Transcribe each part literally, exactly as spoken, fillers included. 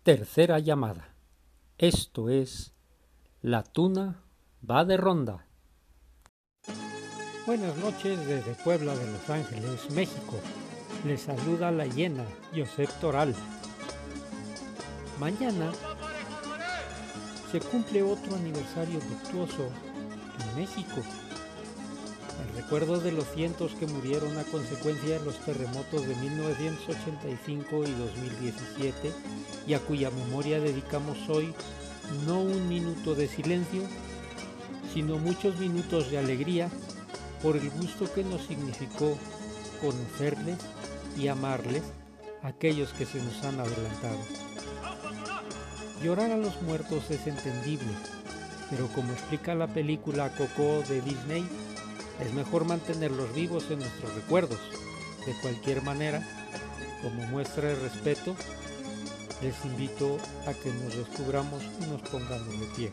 Tercera llamada. Esto es La Tuna va de ronda. Buenas noches desde Puebla de Los Ángeles, México. Les saluda la hiena, Josep Toral. Mañana se cumple otro aniversario luctuoso en México. El recuerdo de los cientos que murieron a consecuencia de los terremotos de mil novecientos ochenta y cinco y dos mil diecisiete y a cuya memoria dedicamos hoy no un minuto de silencio, sino muchos minutos de alegría por el gusto que nos significó conocerles y amarles a aquellos que se nos han adelantado. Llorar a los muertos es entendible, pero como explica la película Coco de Disney, es mejor mantenerlos vivos en nuestros recuerdos. De cualquier manera, como muestra de respeto, les invito a que nos descubramos y nos pongamos de pie.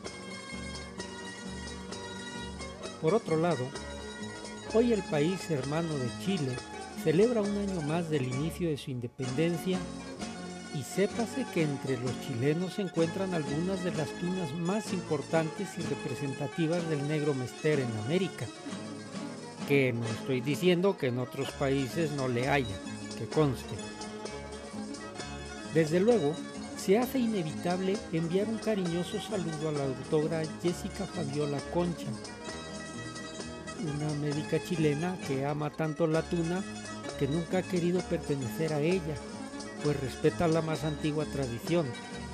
Por otro lado, hoy el país hermano de Chile celebra un año más del inicio de su independencia y sépase que entre los chilenos se encuentran algunas de las tunas más importantes y representativas del negro mester en América. Que no estoy diciendo que en otros países no le haya, que conste. Desde luego, se hace inevitable enviar un cariñoso saludo a la doctora Jessica Fabiola Concha, una médica chilena que ama tanto la tuna que nunca ha querido pertenecer a ella, pues respeta la más antigua tradición.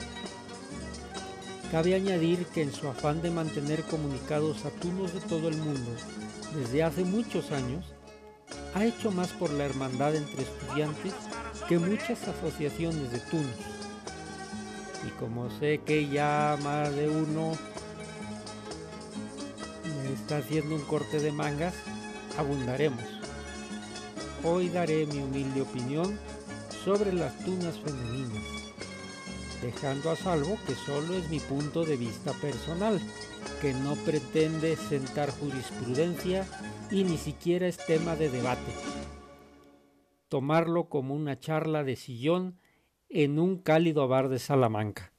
Cabe añadir que en su afán de mantener comunicados a tunos de todo el mundo, desde hace muchos años, ha hecho más por la hermandad entre estudiantes que muchas asociaciones de tunos. Y como sé que ya más de uno me está haciendo un corte de mangas, abundaremos. Hoy daré mi humilde opinión sobre las tunas femeninas, dejando a salvo que solo es mi punto de vista personal, que no pretende sentar jurisprudencia y ni siquiera es tema de debate. Tomarlo como una charla de sillón en un cálido bar de Salamanca.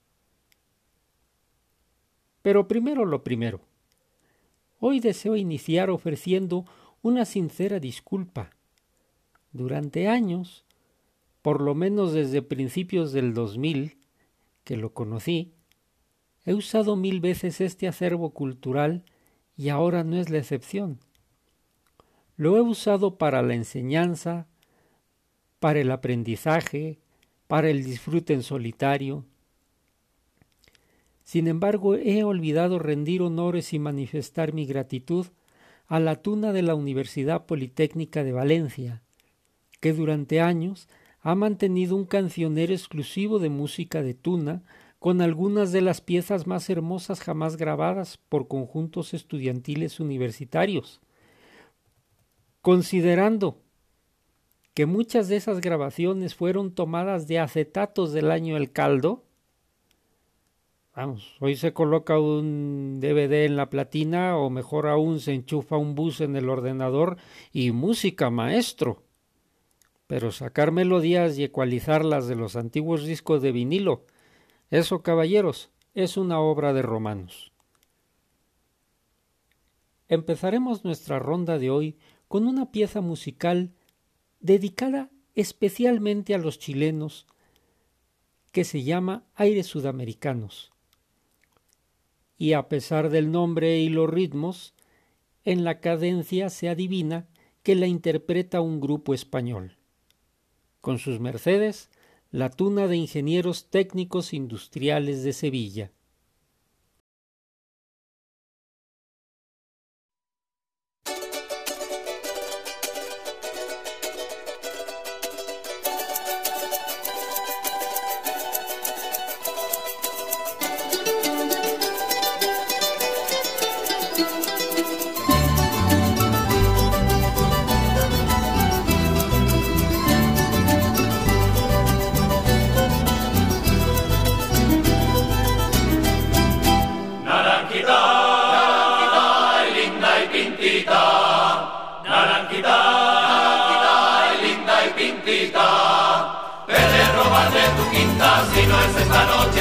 Pero primero lo primero. Hoy deseo iniciar ofreciendo una sincera disculpa. Durante años, por lo menos desde principios del dos mil, que lo conocí, he usado mil veces este acervo cultural y ahora no es la excepción. Lo he usado para la enseñanza, para el aprendizaje, para el disfrute en solitario. Sin embargo, he olvidado rendir honores y manifestar mi gratitud a la tuna de la Universidad Politécnica de Valencia, que durante años ha mantenido un cancionero exclusivo de música de tuna con algunas de las piezas más hermosas jamás grabadas por conjuntos estudiantiles universitarios. Considerando que muchas de esas grabaciones fueron tomadas de acetatos del año El Caldo, vamos, hoy se coloca un D V D en la platina o mejor aún se enchufa un bus en el ordenador y música, maestro. Pero sacar melodías y ecualizarlas de los antiguos discos de vinilo, eso, caballeros, es una obra de romanos. Empezaremos nuestra ronda de hoy con una pieza musical dedicada especialmente a los chilenos que se llama Aires Sudamericanos. Y a pesar del nombre y los ritmos, en la cadencia se adivina que la interpreta un grupo español. Con sus mercedes, la tuna de Ingenieros Técnicos Industriales de Sevilla. Si no es esta noche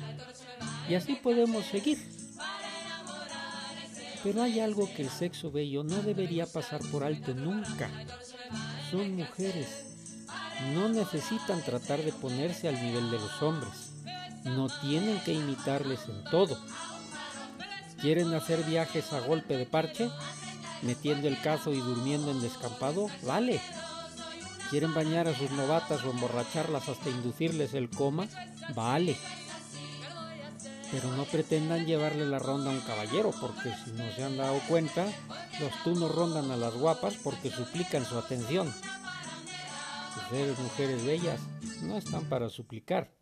Y así podemos seguir. Pero hay algo que el sexo bello no debería pasar por alto nunca. Son mujeres. No necesitan tratar de ponerse al nivel de los hombres. No tienen que imitarles en todo. ¿Quieren hacer viajes a golpe de parche? Metiendo el cazo y durmiendo en descampado, vale. ¿Quieren bañar a sus novatas o emborracharlas hasta inducirles el coma? Vale. Pero no pretendan llevarle la ronda a un caballero, porque si no se han dado cuenta, los tunos rondan a las guapas porque suplican su atención. Ustedes, mujeres bellas, no están para suplicar.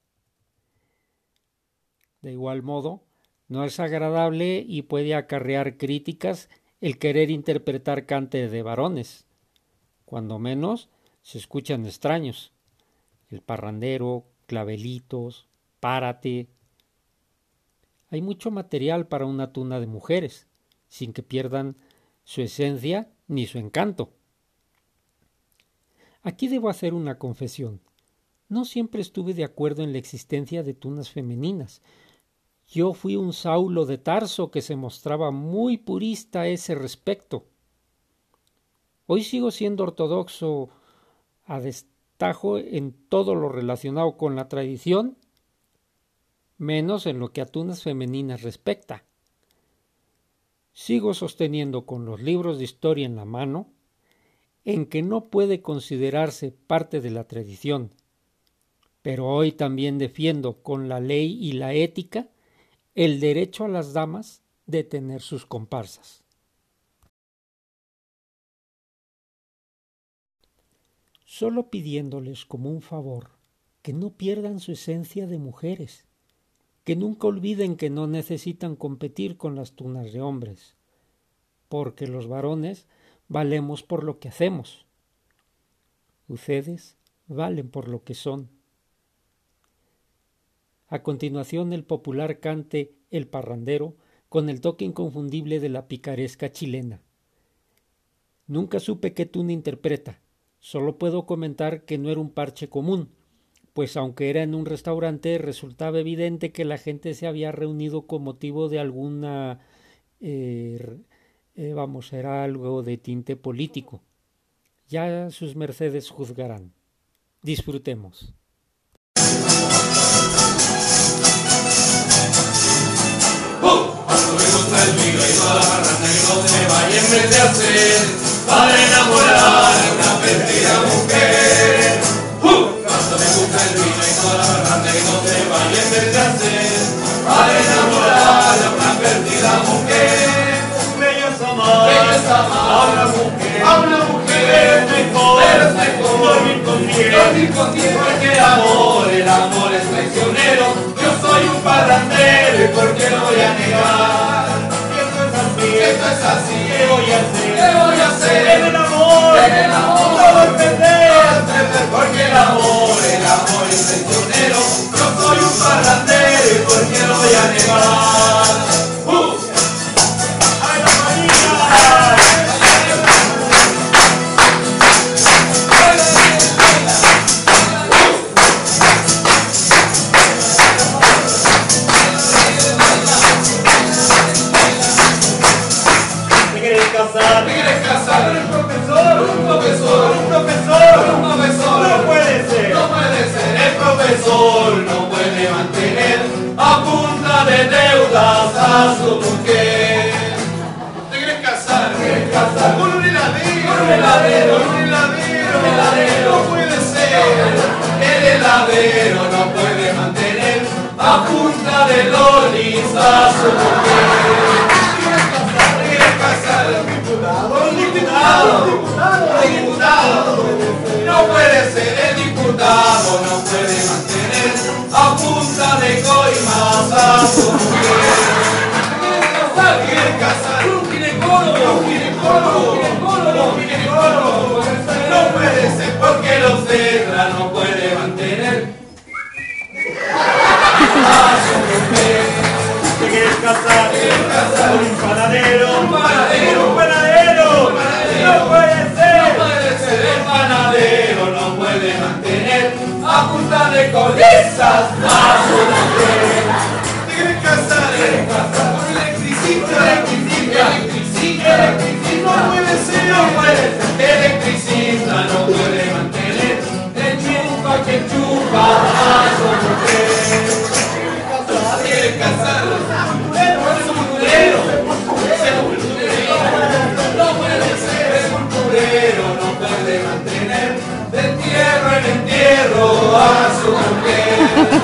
De igual modo, no es agradable y puede acarrear críticas el querer interpretar cante de varones. Cuando menos, se escuchan extraños. El parrandero, clavelitos, párate. Hay mucho material para una tuna de mujeres, sin que pierdan su esencia ni su encanto. Aquí debo hacer una confesión. No siempre estuve de acuerdo en la existencia de tunas femeninas. Yo fui un Saulo de Tarso que se mostraba muy purista a ese respecto. Hoy sigo siendo ortodoxo a destajo en todo lo relacionado con la tradición, menos en lo que a tunas femeninas respecta. Sigo sosteniendo con los libros de historia en la mano en que no puede considerarse parte de la tradición, pero hoy también defiendo con la ley y la ética el derecho a las damas de tener sus comparsas. Solo pidiéndoles como un favor que no pierdan su esencia de mujeres, que nunca olviden que no necesitan competir con las tunas de hombres, porque los varones valemos por lo que hacemos. Ustedes valen por lo que son. A continuación, el popular cante El Parrandero, con el toque inconfundible de la picaresca chilena. Nunca supe qué tuna interpreta, solo puedo comentar que no era un parche común, pues aunque era en un restaurante, resultaba evidente que la gente se había reunido con motivo de alguna, eh, eh, vamos, era algo de tinte político. Ya sus mercedes juzgarán. Disfrutemos. Cuando me gusta el vino y toda la parranda que no se me vaya en vez de hacer para enamorar a una perdida mujer. Uh, cuando me gusta el vino y toda la parranda que no se me vaya en vez de hacer para enamorar a una perdida mujer. Bello es amar, Bello es amar a una mujer, a una mujer, pero es mejor, pero es mejor dormir contigo, dormir contigo, porque el amor, el amor es traicionero. Yo soy un parrandero y por qué lo voy a negar. esto es así, Esto es así, ¿qué voy a hacer? ¿qué voy a hacer? En el amor, En el amor, todo es perder, todo es perder, porque el amor, el amor es traicionero. Yo soy un parrandero y por qué lo voy a negar. Uh. ¡ay, la María! ¿Te quieres casar? ¿Te quieres casar? ¿Con un profesor? Un profesor. ¿Con un profesor? Un profesor. No puede ser. No puede ser, el profesor no puede mantener a punta de deudas a su mujer. ¿Te quieres casar? ¿Te quieres casar? Con un heladero. Con un heladero. Con un heladero. Un heladero. No puede ser. El heladero no puede mantener a punta de lolis a su mujer. ¿Te quieres casar? Con un diputado. Un diputado. No puede ser, el diputado no puede mantener a punta de coimas a su mujer. ¿Te quieres casar? Un ginecólogo, un ginecólogo, un ginecólogo. No puede ser porque los Cetra no puede mantener a su mujer. ¿Te quieres casar? ¿Te quieres casar? Con un panadero. Un panadero. Un panadero. Un panadero. No puede No ser. puede ser, el panadero no puede mantener a punta de coimas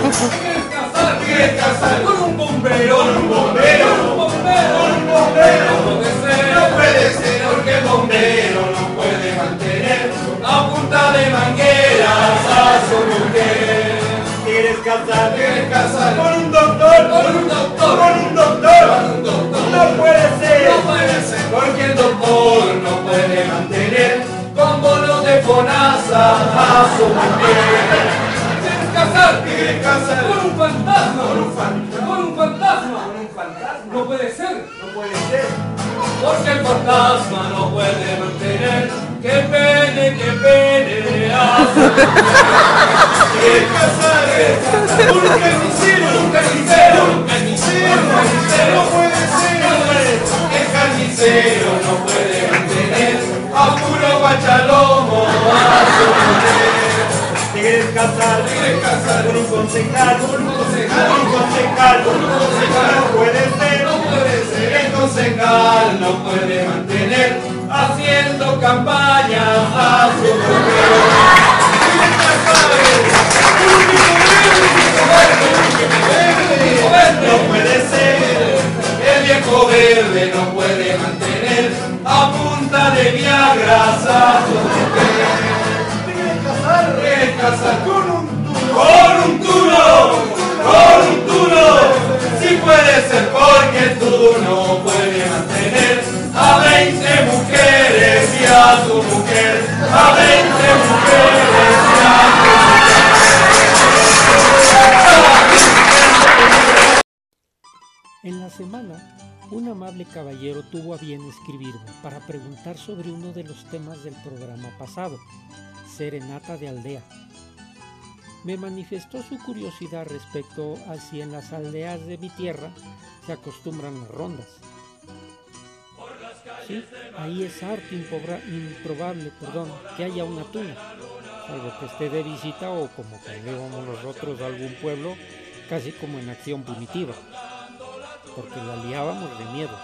quieres casar, quieres casar con un bombero, con un bombero, con un bombero, con un bombero. No puede ser, no puede ser, porque el bombero no puede mantener a punta de mangueras a su mujer. ¿Quieres casar? ¿Quieres casar con un doctor? con un doctor? Con un doctor. Con un doctor. No puede ser. No puede ser, porque el doctor no puede mantener con bonos de FONASA a su mujer. ¿Quieres casar? ¿Quieres casar con un fantasma? Con un fantasma. Con un fantasma. Con un fantasma. No puede ser, No puede ser. porque el fantasma no puede mantener que pene, que pene a su mujer. ¿Quieres casar? ¿Quieres casar Con un carnicero. con un carnicero? Un carnicero, un carnicero. No puede ser. No puede ser. El carnicero no puede mantener a puro guachalomo a su mujer. ¿Quieres casar? ¿Quieres casar con un concejal? con un concejal? Con un concejal. Con un concejal. No puede ser. No puede ser, el concejal no puede mantener haciendo campañas a su mujer. ¿Quieres casar con un viejo verde? Un viejo verde. No puede ser. El viejo verde no puede mantener a punta de viagras a su mujer. ¿Quieres casar? ¿Quieres casar Con un duro. con un tuno? Con un tuno. Sí puede ser, porque tú no puedes mantener a veinte mujeres y a tu mujer. A veinte mujeres y a tu mujer. En la semana, un amable caballero tuvo a bien escribirme para preguntar sobre uno de los temas del programa pasado, Serenata de Aldea. Me manifestó su curiosidad respecto a si en las aldeas de mi tierra se acostumbran las rondas. Sí, ahí es harto impobra- improbable perdón, que haya una tuna, salvo que esté de visita o como cuando íbamos nosotros a algún pueblo, casi como en acción primitiva, porque la liábamos de miedo,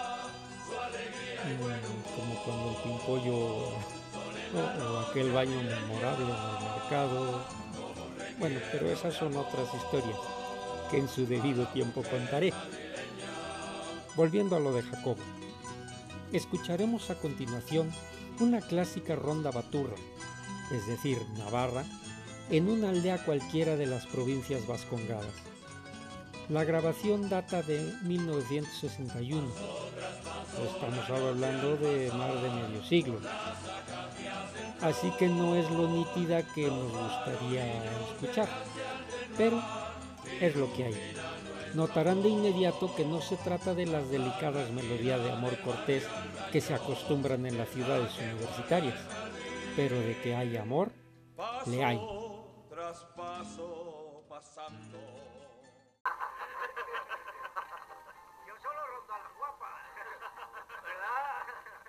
Mm, como cuando el pimpollo o, o aquel baño memorable en el mercado. Bueno, pero esas son otras historias que en su debido tiempo contaré. Volviendo a lo de Jacobo, escucharemos a continuación una clásica ronda baturra, es decir, navarra, en una aldea cualquiera de las provincias vascongadas. La grabación data de mil novecientos sesenta y uno, estamos ahora hablando de más de medio siglo, así que no es lo nítida que nos gustaría escuchar, pero es lo que hay. Notarán de inmediato que no se trata de las delicadas melodías de amor cortés que se acostumbran en las ciudades universitarias, pero de que hay amor, le hay. Tras paso pasando. Yo solo rondo a las guapas, ¿verdad?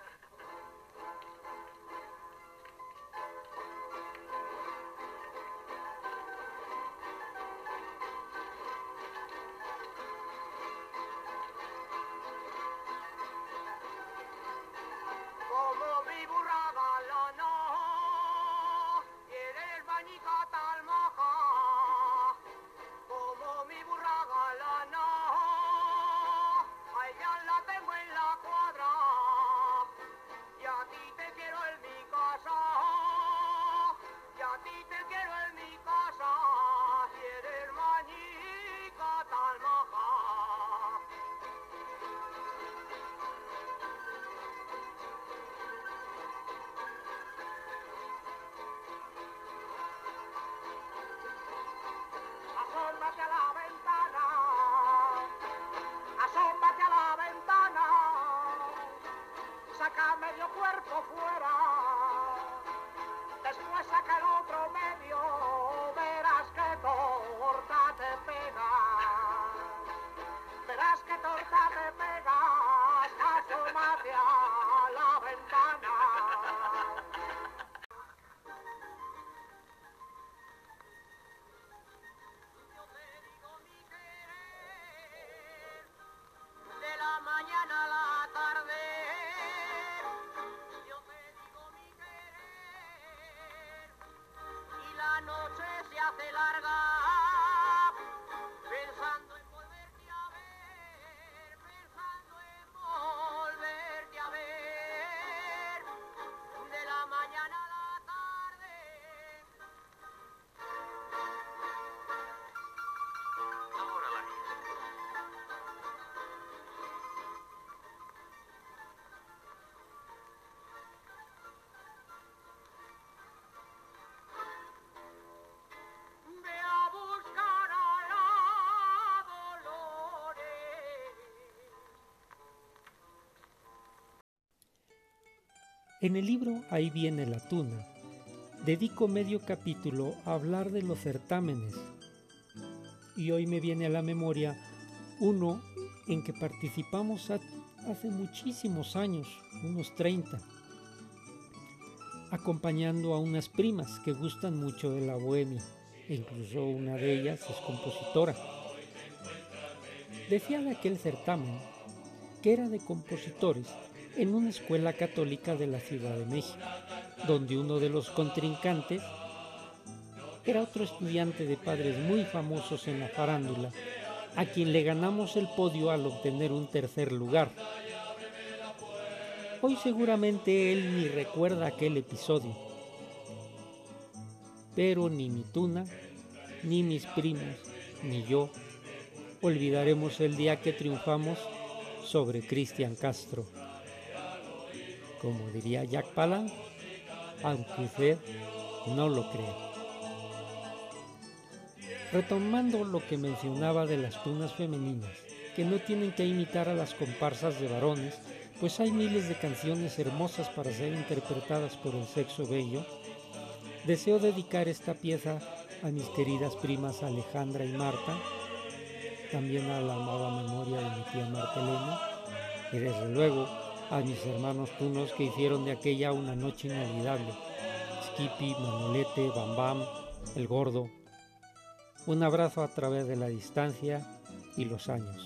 Como mi burra galana, eres bañica tal maja. Como En el libro Ahí viene la tuna, dedico medio capítulo a hablar de los certámenes. Y hoy me viene a la memoria uno en que participamos hace muchísimos años, unos treinta, acompañando a unas primas que gustan mucho de la bohemia, e incluso una de ellas es compositora. Decía de aquel certamen que era de compositores en una escuela católica de la Ciudad de México, donde uno de los contrincantes era otro estudiante de padres muy famosos en la farándula, a quien le ganamos el podio al obtener un tercer lugar. Hoy seguramente él ni recuerda aquel episodio, pero ni mi tuna, ni mis primos, ni yo olvidaremos el día que triunfamos sobre Cristian Castro. Como diría Jack Palance, aunque usted no lo crea. Retomando lo que mencionaba de las tunas femeninas, que no tienen que imitar a las comparsas de varones, pues hay miles de canciones hermosas para ser interpretadas por el sexo bello, deseo dedicar esta pieza a mis queridas primas Alejandra y Marta, también a la amada memoria de mi tía Marta Elena, y desde luego a mis hermanos tunos que hicieron de aquella una noche inolvidable, Skippy, Manolete, Bam Bam, El Gordo. Un abrazo a través de la distancia y los años.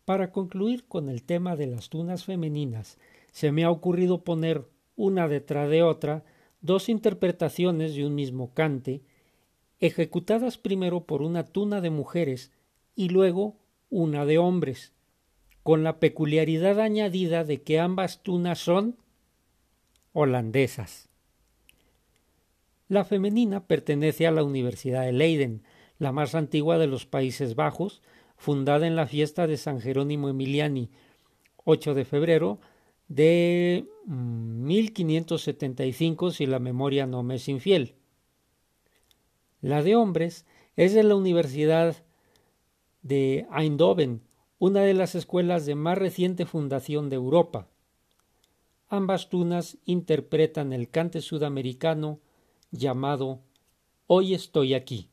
Para concluir con el tema de las tunas femeninas, se me ha ocurrido poner una detrás de otra dos interpretaciones de un mismo cante, ejecutadas primero por una tuna de mujeres y luego una de hombres, con la peculiaridad añadida de que ambas tunas son holandesas. La femenina pertenece a la Universidad de Leiden, la más antigua de los Países Bajos, fundada en la fiesta de San Jerónimo Emiliani, ocho de febrero de mil quinientos setenta y cinco, si la memoria no me es infiel. La de hombres es de la Universidad de Eindhoven, una de las escuelas de más reciente fundación de Europa. Ambas tunas interpretan el cante sudamericano llamado Hoy estoy aquí.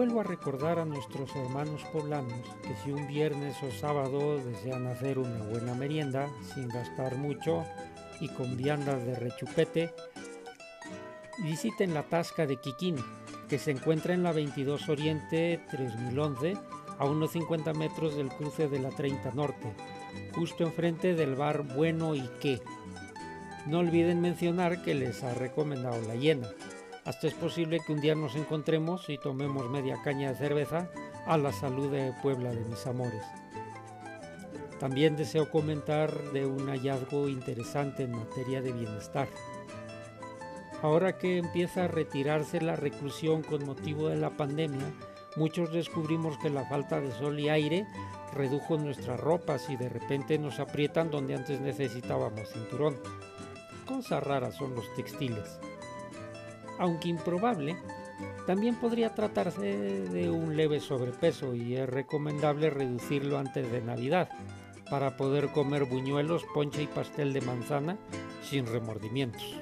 vuelvo a recordar a nuestros hermanos poblanos que si un viernes o sábado desean hacer una buena merienda sin gastar mucho y con viandas de rechupete, visiten la Tasca de Quiquín, que se encuentra en la veintidós Oriente tres mil once, a unos cincuenta metros del cruce de la treinta Norte, justo enfrente del bar Bueno y Qué. No olviden mencionar que les ha recomendado la hiena. Hasta es posible que un día nos encontremos y tomemos media caña de cerveza a la salud de Puebla de mis amores. También deseo comentar de un hallazgo interesante en materia de bienestar. Ahora que empieza a retirarse la reclusión con motivo de la pandemia, muchos descubrimos que la falta de sol y aire redujo nuestras ropas y de repente nos aprietan donde antes necesitábamos cinturón. Cosas raras son los textiles. Aunque improbable, también podría tratarse de un leve sobrepeso y es recomendable reducirlo antes de Navidad para poder comer buñuelos, ponche y pastel de manzana sin remordimientos.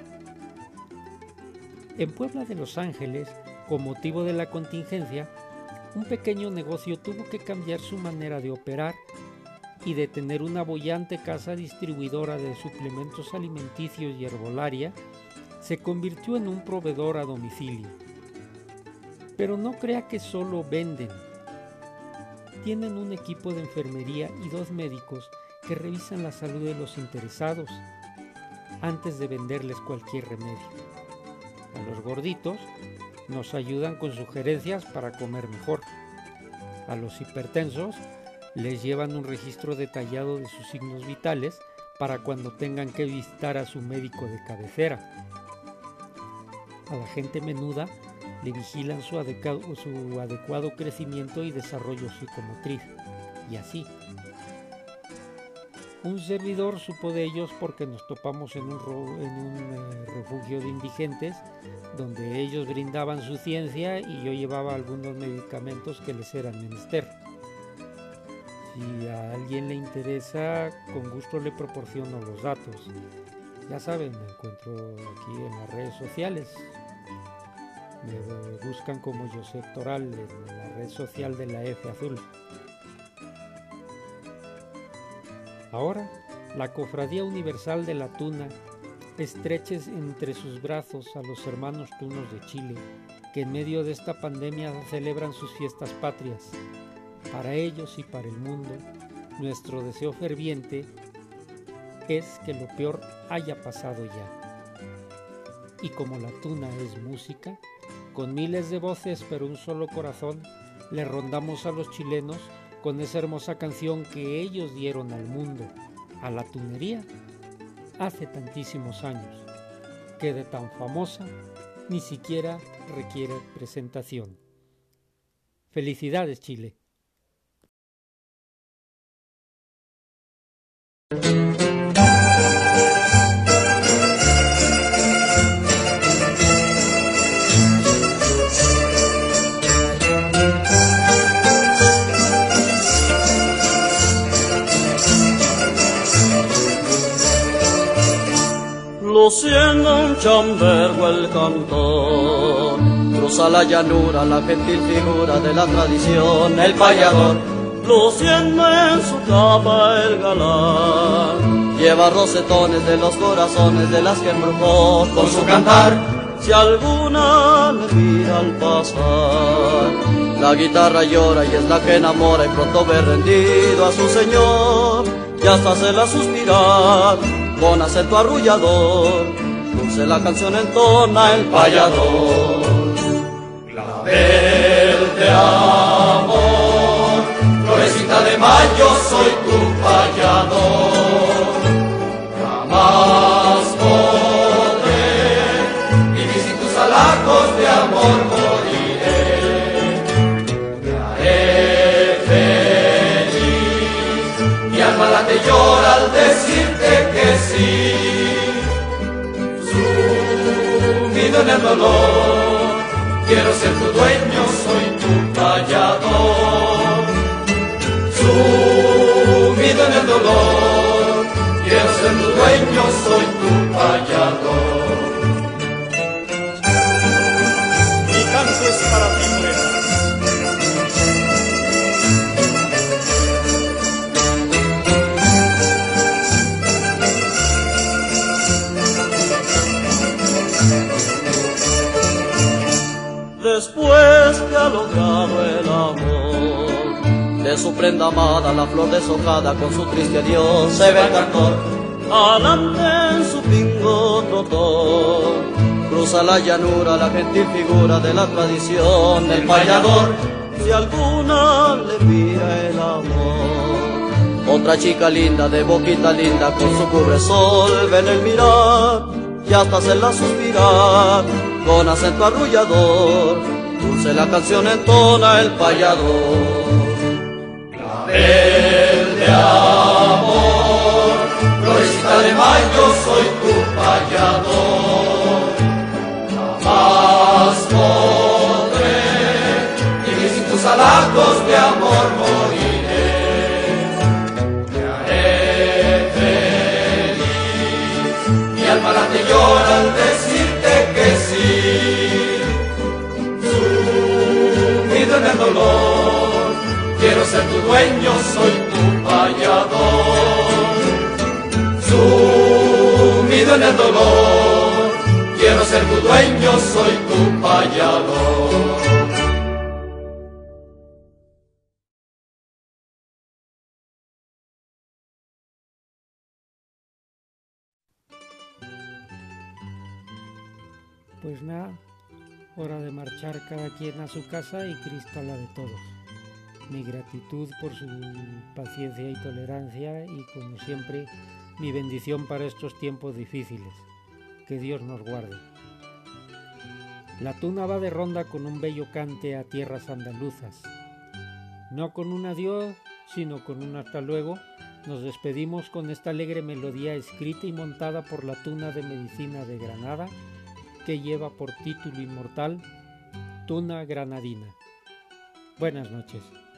En Puebla de Los Ángeles, con motivo de la contingencia, un pequeño negocio tuvo que cambiar su manera de operar y de tener una boyante casa distribuidora de suplementos alimenticios y herbolaria, se convirtió en un proveedor a domicilio. Pero no crea que solo venden. Tienen un equipo de enfermería y dos médicos que revisan la salud de los interesados antes de venderles cualquier remedio. A los gorditos nos ayudan con sugerencias para comer mejor. A los hipertensos les llevan un registro detallado de sus signos vitales para cuando tengan que visitar a su médico de cabecera. A la gente menuda le vigilan su adecuado, su adecuado crecimiento y desarrollo psicomotriz, y así. Un servidor supo de ellos porque nos topamos en un, en un eh, refugio de indigentes donde ellos brindaban su ciencia y yo llevaba algunos medicamentos que les eran menester. Si a alguien le interesa, con gusto le proporciono los datos. Ya saben, me encuentro aquí en las redes sociales. Me buscan como Josep Toral en la red social de la F Azul. Ahora, la Cofradía Universal de la Tuna estreche entre sus brazos a los hermanos tunos de Chile, que en medio de esta pandemia celebran sus fiestas patrias. Para ellos y para el mundo, nuestro deseo ferviente es que lo peor haya pasado ya. Y como la tuna es música, con miles de voces pero un solo corazón, le rondamos a los chilenos con esa hermosa canción que ellos dieron al mundo, a la tunería, hace tantísimos años, que de tan famosa ni siquiera requiere presentación. ¡Felicidades, Chile! Luciendo un chambergo el cantor, cruza la llanura la gentil figura de la tradición, el payador, luciendo en su capa el galán, lleva rosetones de los corazones de las que embrujó con su cantar. Si alguna le mira al pasar, la guitarra llora y es la que enamora y pronto ve rendido a su señor, y hasta hacerla suspirar con acento arrullador, dulce la canción entona el payador. Clavel de amor, florecita de mayo, soy tu payador. Jamás podré vivir sin tus halagos de amor, moriré. Me haré feliz, mi alma late llora al decirte que sí. Sumido en el dolor, quiero ser tu dueño, soy tu payador. Sumido en el dolor, quiero ser tu dueño, soy tu payador. Mi canto es para ti, mujer. logrado el amor. De su prenda amada, la flor deshojada, con su triste adiós, se ve el cantor, alante en su pingo trotó. Cruza la llanura la gentil figura de la tradición del payador, si alguna le pira el amor. Otra chica linda, de boquita linda, con su cubresol, ven el mirar, y hasta hacerla suspirar, con acento arrullador, dulce la canción entona el payador. Clavel de amor, florecita de mayo, soy tu payador. Jamás podré vivir sin tus halagos de amor moriré. Te haré feliz, mi alma late y llora al decirte que sí. Sumido en el dolor, quiero ser tu dueño, soy tu payador. Sumido en el dolor, quiero ser tu dueño, soy tu payador. Pues nada, hora de marchar cada quien a su casa y Cristo a la de todos. Mi gratitud por su paciencia y tolerancia y, como siempre, mi bendición para estos tiempos difíciles. Que Dios nos guarde. La tuna va de ronda con un bello cante a tierras andaluzas. No con un adiós, sino con un hasta luego, nos despedimos con esta alegre melodía escrita y montada por la Tuna de Medicina de Granada, que lleva por título inmortal Tuna Granadina. Buenas noches.